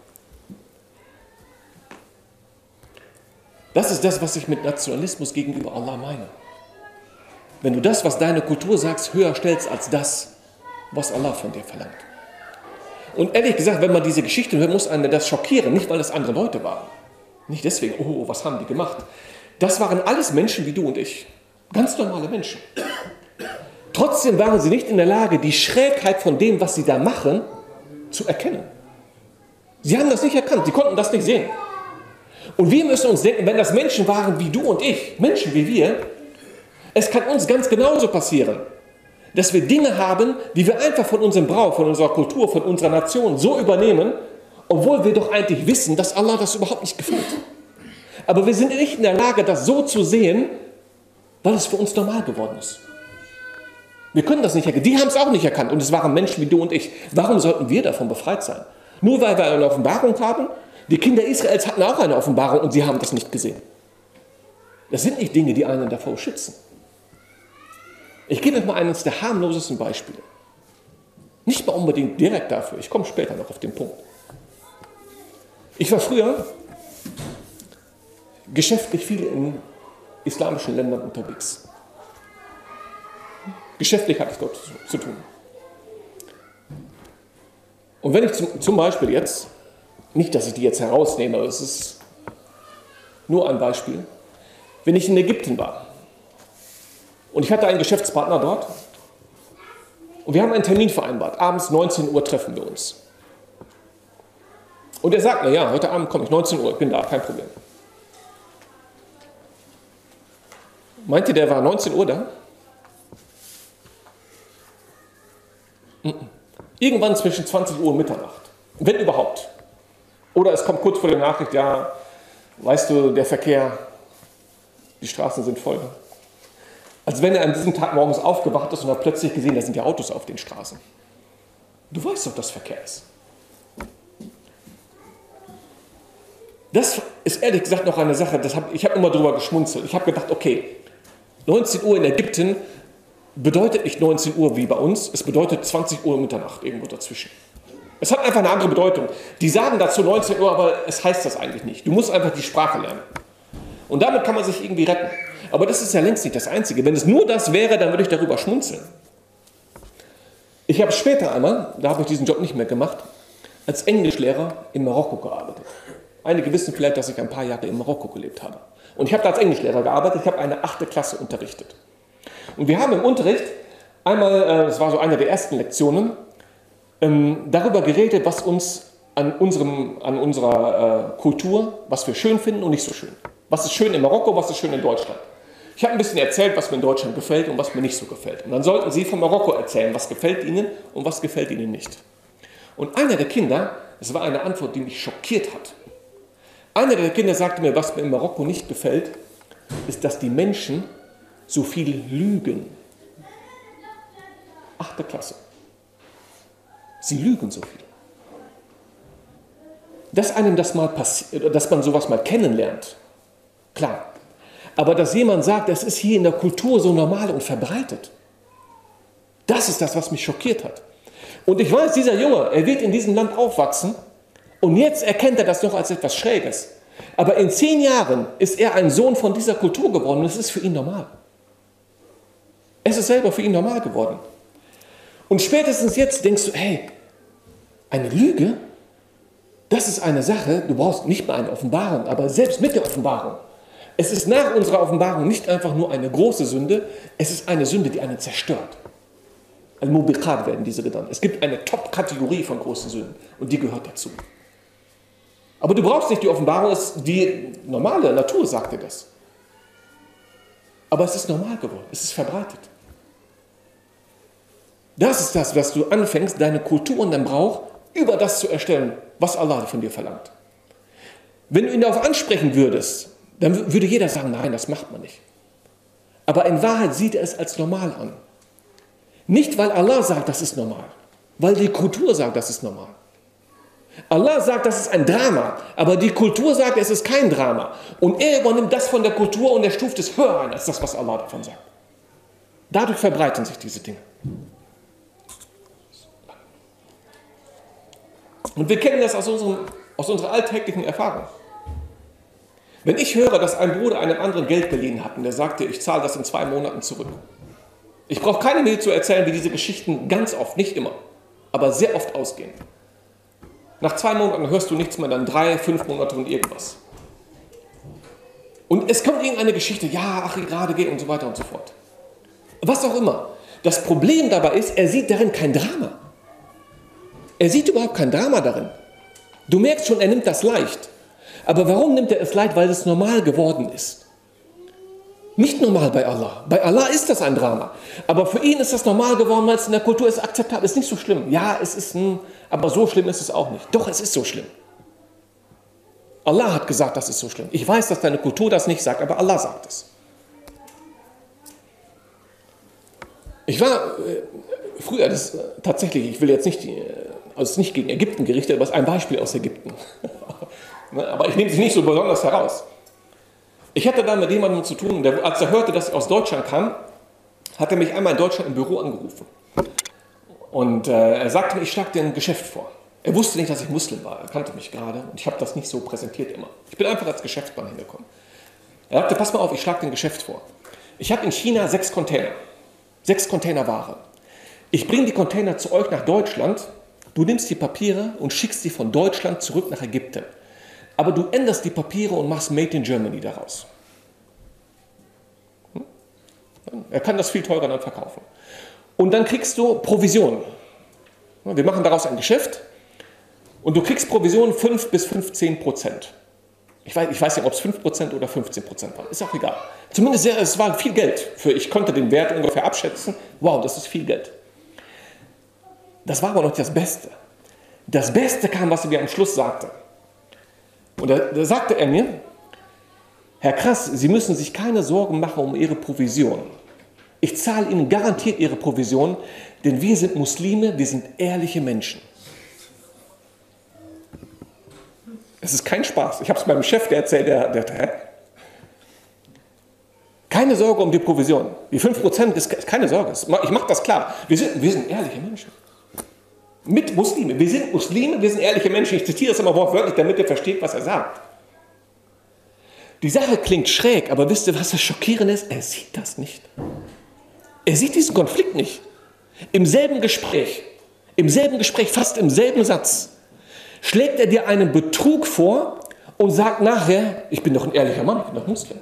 [SPEAKER 1] Das ist das, was ich mit Nationalismus gegenüber Allah meine. Wenn du das, was deine Kultur sagst, höher stellst als das, was Allah von dir verlangt. Und ehrlich gesagt, wenn man diese Geschichte hört, muss einen das schockieren, nicht weil das andere Leute waren. Nicht deswegen, oh, was haben die gemacht? Das waren alles Menschen wie du und ich. Ganz normale Menschen. Trotzdem waren sie nicht in der Lage, die Schrägheit von dem, was sie da machen, zu erkennen. Sie haben das nicht erkannt, sie konnten das nicht sehen. Und wir müssen uns denken, wenn das Menschen waren wie du und ich, Menschen wie wir, es kann uns ganz genauso passieren, dass wir Dinge haben, die wir einfach von unserem Brauch, von unserer Kultur, von unserer Nation so übernehmen, obwohl wir doch eigentlich wissen, dass Allah das überhaupt nicht gefällt. Aber wir sind nicht in der Lage, das so zu sehen, weil es für uns normal geworden ist. Wir können das nicht erkennen. Die haben es auch nicht erkannt und es waren Menschen wie du und ich. Warum sollten wir davon befreit sein? Nur weil wir eine Offenbarung haben? Die Kinder Israels hatten auch eine Offenbarung und sie haben das nicht gesehen. Das sind nicht Dinge, die einen davor schützen. Ich gebe euch mal eines der harmlosesten Beispiele. Nicht mal unbedingt direkt dafür, ich komme später noch auf den Punkt. Ich war früher geschäftlich viel in islamischen Ländern unterwegs. Geschäftlich hatte ich dort zu tun. Und wenn ich zum, zum Beispiel jetzt, nicht, dass ich die jetzt herausnehme, aber es ist nur ein Beispiel, wenn ich in Ägypten war und ich hatte einen Geschäftspartner dort und wir haben einen Termin vereinbart, abends neunzehn Uhr treffen wir uns. Und er sagt mir, ja, heute Abend komme ich, neunzehn Uhr, ich bin da, kein Problem. Meint ihr, der war neunzehn Uhr da? Irgendwann zwischen zwanzig Uhr und Mitternacht, wenn überhaupt. Oder es kommt kurz vor der Nachricht, ja, weißt du, der Verkehr, die Straßen sind voll. Als wenn er an diesem Tag morgens aufgewacht ist und hat plötzlich gesehen, da sind ja Autos auf den Straßen. Du weißt doch, dass Verkehr ist. Das ist ehrlich gesagt noch eine Sache, das hab, ich habe immer drüber geschmunzelt. Ich habe gedacht, okay, neunzehn Uhr in Ägypten bedeutet nicht neunzehn Uhr wie bei uns, es bedeutet zwanzig Uhr Mitternacht, irgendwo dazwischen. Es hat einfach eine andere Bedeutung. Die sagen dazu neunzehn Uhr, aber es heißt das eigentlich nicht. Du musst einfach die Sprache lernen. Und damit kann man sich irgendwie retten. Aber das ist ja längst nicht das Einzige. Wenn es nur das wäre, dann würde ich darüber schmunzeln. Ich habe später einmal, da habe ich diesen Job nicht mehr gemacht, als Englischlehrer in Marokko gearbeitet. Einige wissen vielleicht, dass ich ein paar Jahre in Marokko gelebt habe. Und ich habe da als Englischlehrer gearbeitet, ich habe eine achte Klasse unterrichtet. Und wir haben im Unterricht einmal, das war so eine der ersten Lektionen, darüber geredet, was uns an, unserem, an unserer Kultur, was wir schön finden und nicht so schön. Was ist schön in Marokko, was ist schön in Deutschland. Ich habe ein bisschen erzählt, was mir in Deutschland gefällt und was mir nicht so gefällt. Und dann sollten Sie von Marokko erzählen, was gefällt Ihnen und was gefällt Ihnen nicht. Und einer der Kinder, das war eine Antwort, die mich schockiert hat. Einer der Kinder sagte mir, was mir in Marokko nicht gefällt, ist, dass die Menschen so viel lügen. Achte Klasse. Sie lügen so viel. Dass einem das mal passiert, dass man sowas mal kennenlernt, klar. Aber dass jemand sagt, das ist hier in der Kultur so normal und verbreitet, das ist das, was mich schockiert hat. Und ich weiß, dieser Junge, er wird in diesem Land aufwachsen und jetzt erkennt er das noch als etwas Schräges. Aber in zehn Jahren ist er ein Sohn von dieser Kultur geworden und es ist für ihn normal. Es ist selber für ihn normal geworden. Und spätestens jetzt denkst du, hey, eine Lüge, das ist eine Sache, du brauchst nicht mal eine Offenbarung, aber selbst mit der Offenbarung. Es ist nach unserer Offenbarung nicht einfach nur eine große Sünde, es ist eine Sünde, die einen zerstört. Al-Mubiqat werden diese genannt. Es gibt eine Top-Kategorie von großen Sünden und die gehört dazu. Aber du brauchst nicht die Offenbarung, die normale Natur sagt dir das. Aber es ist normal geworden, es ist verbreitet. Das ist das, was du anfängst, deine Kultur und dein Brauch über das zu erstellen, was Allah von dir verlangt. Wenn du ihn darauf ansprechen würdest, dann würde jeder sagen, nein, das macht man nicht. Aber in Wahrheit sieht er es als normal an. Nicht, weil Allah sagt, das ist normal, weil die Kultur sagt, das ist normal. Allah sagt, das ist ein Drama, aber die Kultur sagt, es ist kein Drama. Und er übernimmt das von der Kultur und er stuft es höher ein, als das, was Allah davon sagt. Dadurch verbreiten sich diese Dinge. Und wir kennen das aus, unserem, aus unserer alltäglichen Erfahrung. Wenn ich höre, dass ein Bruder einem anderen Geld geliehen hat und der sagte, ich zahle das in zwei Monaten zurück. Ich brauche keine mehr zu erzählen, wie diese Geschichten ganz oft, nicht immer, aber sehr oft ausgehen. Nach zwei Monaten hörst du nichts mehr, dann drei, fünf Monate und irgendwas. Und es kommt irgendeine Geschichte, ja, ach, gerade geht und so weiter und so fort. Was auch immer. Das Problem dabei ist, er sieht darin kein Drama. Er sieht überhaupt kein Drama darin. Du merkst schon, er nimmt das leicht. Aber warum nimmt er es leicht? Weil es normal geworden ist. Nicht normal bei Allah. Bei Allah ist das ein Drama. Aber für ihn ist das normal geworden, weil es in der Kultur ist akzeptabel. Ist nicht so schlimm. Ja, es ist, ein, aber so schlimm ist es auch nicht. Doch, es ist so schlimm. Allah hat gesagt, das ist so schlimm. Ich weiß, dass deine Kultur das nicht sagt, aber Allah sagt es. Ich war äh, früher, das, äh, tatsächlich, ich will jetzt nicht, die, also nicht gegen Ägypten gerichtet, aber es ist ein Beispiel aus Ägypten. Aber ich nehme es nicht so besonders heraus. Ich hatte da mit jemandem zu tun, der, als er hörte, dass ich aus Deutschland kam, hat er mich einmal in Deutschland im Büro angerufen. Und äh, er sagte mir, ich schlage dir ein Geschäft vor. Er wusste nicht, dass ich Muslim war, er kannte mich gerade und ich habe das nicht so präsentiert immer. Ich bin einfach als Geschäftsmann hingekommen. Er sagte, pass mal auf, ich schlage dir ein Geschäft vor. Ich habe in China sechs Container, sechs Container Ware. Ich bringe die Container zu euch nach Deutschland, du nimmst die Papiere und schickst sie von Deutschland zurück nach Ägypten. Aber du änderst die Papiere und machst Made in Germany daraus. Hm? Er kann das viel teurer dann verkaufen. Und dann kriegst du Provision. Wir machen daraus ein Geschäft und du kriegst Provision fünf bis fünfzehn Prozent. Ich weiß, ich weiß nicht, ob es fünf Prozent oder fünfzehn Prozent war. Ist auch egal. Zumindest sehr, es war viel Geld. Für, ich konnte den Wert ungefähr abschätzen. Wow, das ist viel Geld. Das war aber noch nicht das Beste. Das Beste kam, was er mir am Schluss sagte. Und da, da sagte er mir, Herr Krass, Sie müssen sich keine Sorgen machen um Ihre Provision. Ich zahle Ihnen garantiert Ihre Provision, denn wir sind Muslime, wir sind ehrliche Menschen. Es ist kein Spaß. Ich habe es meinem Chef erzählt, der, der, der keine Sorge um die Provision. Die fünf Prozent ist keine Sorge. Ich mache das klar. Wir sind, wir sind ehrliche Menschen. Mit Muslime. Wir sind Muslime, wir sind ehrliche Menschen. Ich zitiere es immer wortwörtlich, damit ihr versteht, was er sagt. Die Sache klingt schräg, aber wisst ihr, was das Schockierende ist? Er sieht das nicht. Er sieht diesen Konflikt nicht. Im selben Gespräch, im selben Gespräch, fast im selben Satz, schlägt er dir einen Betrug vor und sagt nachher, ich bin doch ein ehrlicher Mann, ich bin doch Muslim.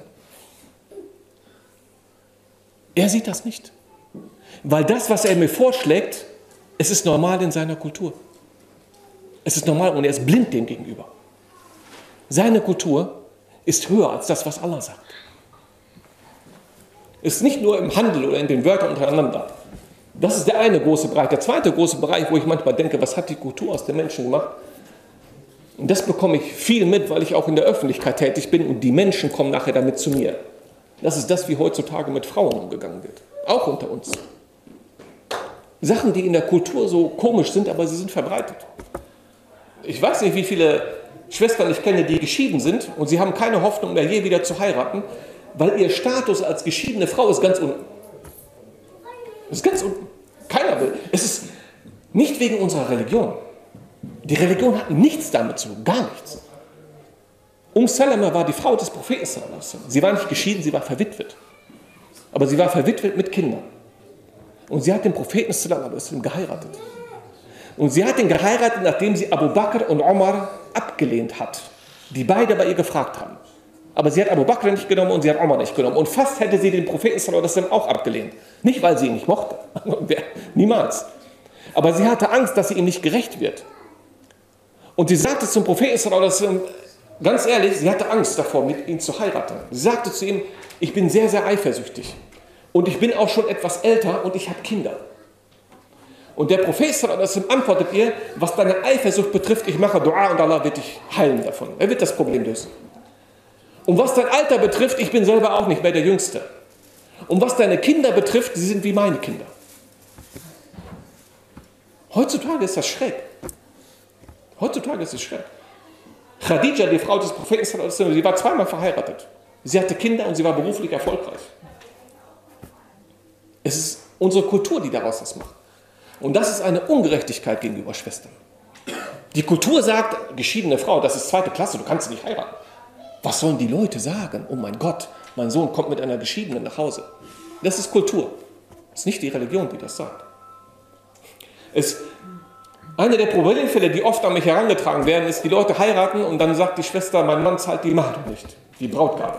[SPEAKER 1] Er sieht das nicht. Weil das, was er mir vorschlägt, es ist normal in seiner Kultur. Es ist normal und er ist blind dem gegenüber. Seine Kultur ist höher als das, was Allah sagt. Es ist nicht nur im Handel oder in den Wörtern untereinander. Das ist der eine große Bereich. Der zweite große Bereich, wo ich manchmal denke, was hat die Kultur aus den Menschen gemacht? Und das bekomme ich viel mit, weil ich auch in der Öffentlichkeit tätig bin und die Menschen kommen nachher damit zu mir. Das ist das, wie heutzutage mit Frauen umgegangen wird. Auch unter uns. Sachen, die in der Kultur so komisch sind, aber sie sind verbreitet. Ich weiß nicht, wie viele Schwestern ich kenne, die geschieden sind und sie haben keine Hoffnung mehr, je wieder zu heiraten, weil ihr Status als geschiedene Frau ist ganz unten. Es ist ganz unten. Keiner will. Es ist nicht wegen unserer Religion. Die Religion hat nichts damit zu tun, gar nichts. Umm Salama war die Frau des Propheten. Sie war nicht geschieden, sie war verwitwet. Aber sie war verwitwet mit Kindern. Und sie hat den Propheten geheiratet. Und sie hat ihn geheiratet, nachdem sie Abu Bakr und Omar abgelehnt hat, die beide bei ihr gefragt haben. Aber sie hat Abu Bakr nicht genommen und sie hat Omar nicht genommen. Und fast hätte sie den Propheten auch abgelehnt. Nicht, weil sie ihn nicht mochte. Niemals. Aber sie hatte Angst, dass sie ihm nicht gerecht wird. Und sie sagte zum Propheten, ganz ehrlich, sie hatte Angst davor, mit ihm zu heiraten. Sie sagte zu ihm, ich bin sehr, sehr eifersüchtig. Und ich bin auch schon etwas älter und ich habe Kinder. Und der Prophet antwortet ihr, was deine Eifersucht betrifft, ich mache Dua und Allah wird dich heilen davon. Er wird das Problem lösen. Und was dein Alter betrifft, ich bin selber auch nicht mehr der Jüngste. Und was deine Kinder betrifft, sie sind wie meine Kinder. Heutzutage ist das schräg. Heutzutage ist es schräg. Khadija, die Frau des Propheten, sie war zweimal verheiratet. Sie hatte Kinder und sie war beruflich erfolgreich. Es ist unsere Kultur, die daraus das macht. Und das ist eine Ungerechtigkeit gegenüber Schwestern. Die Kultur sagt, geschiedene Frau, das ist zweite Klasse, du kannst sie nicht heiraten. Was sollen die Leute sagen? Oh mein Gott, mein Sohn kommt mit einer Geschiedenen nach Hause. Das ist Kultur. Das ist nicht die Religion, die das sagt. Es, eine der Problemfälle, die oft an mich herangetragen werden, ist, die Leute heiraten und dann sagt die Schwester, mein Mann zahlt die Mahar nicht, die Brautgabe.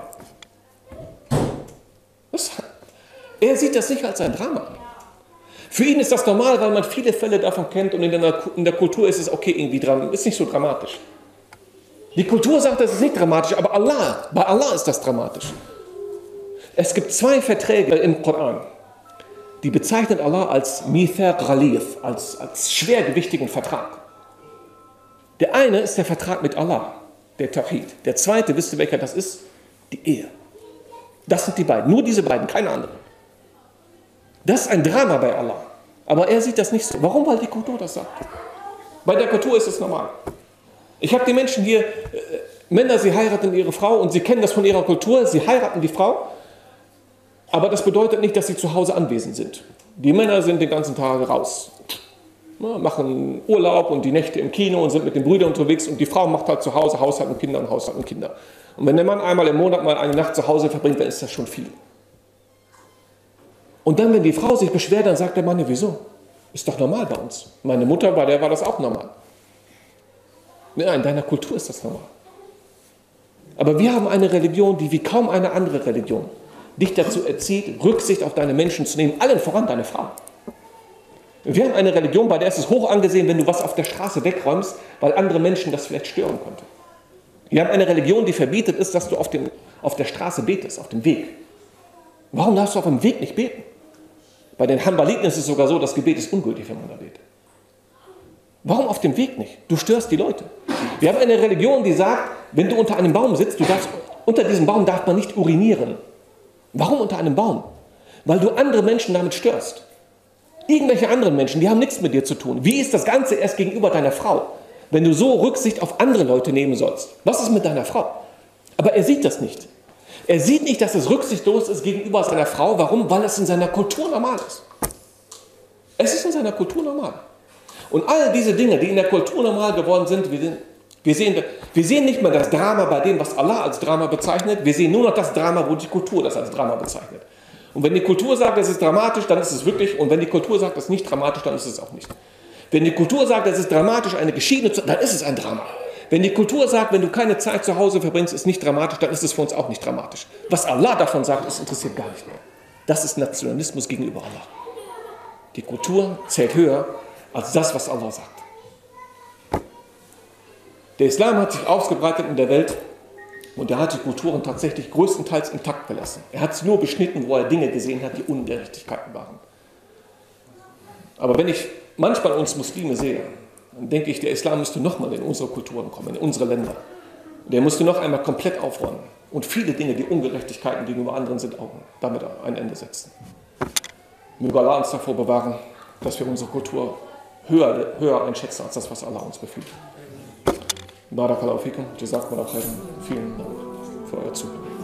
[SPEAKER 1] Das, er sieht das nicht als ein Drama. Für ihn ist das normal, weil man viele Fälle davon kennt und in der, in der Kultur ist es okay, irgendwie dran, ist nicht so dramatisch. Die Kultur sagt, das ist nicht dramatisch, aber Allah, bei Allah ist das dramatisch. Es gibt zwei Verträge im Koran, die bezeichnen Allah als Mithaq Ghalidh, als, als schwergewichtigen Vertrag. Der eine ist der Vertrag mit Allah, der Tawhid. Der zweite, wisst ihr welcher das ist? Die Ehe. Das sind die beiden, nur diese beiden, keine anderen. Das ist ein Drama bei Allah. Aber er sieht das nicht so. Warum? Weil die Kultur das sagt. Bei der Kultur ist es normal. Ich habe die Menschen hier, äh, Männer, sie heiraten ihre Frau und sie kennen das von ihrer Kultur, sie heiraten die Frau, aber das bedeutet nicht, dass sie zu Hause anwesend sind. Die Männer sind den ganzen Tag raus, ja, machen Urlaub und die Nächte im Kino und sind mit den Brüdern unterwegs und die Frau macht halt zu Hause Haushalt und Kinder und Haushalt und Kinder. Und wenn der Mann einmal im Monat mal eine Nacht zu Hause verbringt, dann ist das schon viel. Und dann, wenn die Frau sich beschwert, dann sagt der Mann, ja, wieso? Ist doch normal bei uns. Meine Mutter, bei der war das auch normal. Ja, in deiner Kultur ist das normal. Aber wir haben eine Religion, die wie kaum eine andere Religion dich dazu erzieht, Rücksicht auf deine Menschen zu nehmen, allen voran deine Frau. Wir haben eine Religion, bei der ist es hoch angesehen, wenn du was auf der Straße wegräumst, weil andere Menschen das vielleicht stören könnte. Wir haben eine Religion, die verbietet ist, dass du auf, dem, auf der Straße betest, auf dem Weg. Warum darfst du auf dem Weg nicht beten? Bei den Hanbaliten ist es sogar so, das Gebet ist ungültig, wenn man da betet. Warum auf dem Weg nicht? Du störst die Leute. Wir haben eine Religion, die sagt, wenn du unter einem Baum sitzt, du darfst, unter diesem Baum darf man nicht urinieren. Warum unter einem Baum? Weil du andere Menschen damit störst. Irgendwelche anderen Menschen, die haben nichts mit dir zu tun. Wie ist das Ganze erst gegenüber deiner Frau, wenn du so Rücksicht auf andere Leute nehmen sollst? Was ist mit deiner Frau? Aber er sieht das nicht. Er sieht nicht, dass es rücksichtslos ist gegenüber seiner Frau. Warum? Weil es in seiner Kultur normal ist. Es ist in seiner Kultur normal. Und all diese Dinge, die in der Kultur normal geworden sind, wir, sind, wir, sehen, wir sehen nicht mehr das Drama bei dem, was Allah als Drama bezeichnet. Wir sehen nur noch das Drama, wo die Kultur das als Drama bezeichnet. Und wenn die Kultur sagt, es ist dramatisch, dann ist es wirklich. Und wenn die Kultur sagt, es ist nicht dramatisch, dann ist es auch nicht. Wenn die Kultur sagt, es ist dramatisch, eine Geschiedene, dann ist es ein Drama. Wenn die Kultur sagt, wenn du keine Zeit zu Hause verbringst, ist nicht dramatisch, dann ist es für uns auch nicht dramatisch. Was Allah davon sagt, das interessiert gar nicht mehr. Das ist Nationalismus gegenüber Allah. Die Kultur zählt höher als das, was Allah sagt. Der Islam hat sich ausgebreitet in der Welt und er hat die Kulturen tatsächlich größtenteils intakt gelassen. Er hat sie nur beschnitten, wo er Dinge gesehen hat, die Ungerechtigkeiten waren. Aber wenn ich manchmal uns Muslime sehe, dann denke ich, der Islam müsste nochmal in unsere Kulturen kommen, in unsere Länder. Der musste noch einmal komplett aufräumen und viele Dinge, die Ungerechtigkeiten gegenüber anderen sind, auch damit ein Ende setzen. Möge Allah uns davor bewahren, dass wir unsere Kultur höher, höher einschätzen als das, was Allah uns befiehlt. Barakallahu fikum, Jazakumullahu khairan. Vielen Dank für euer Zuhören.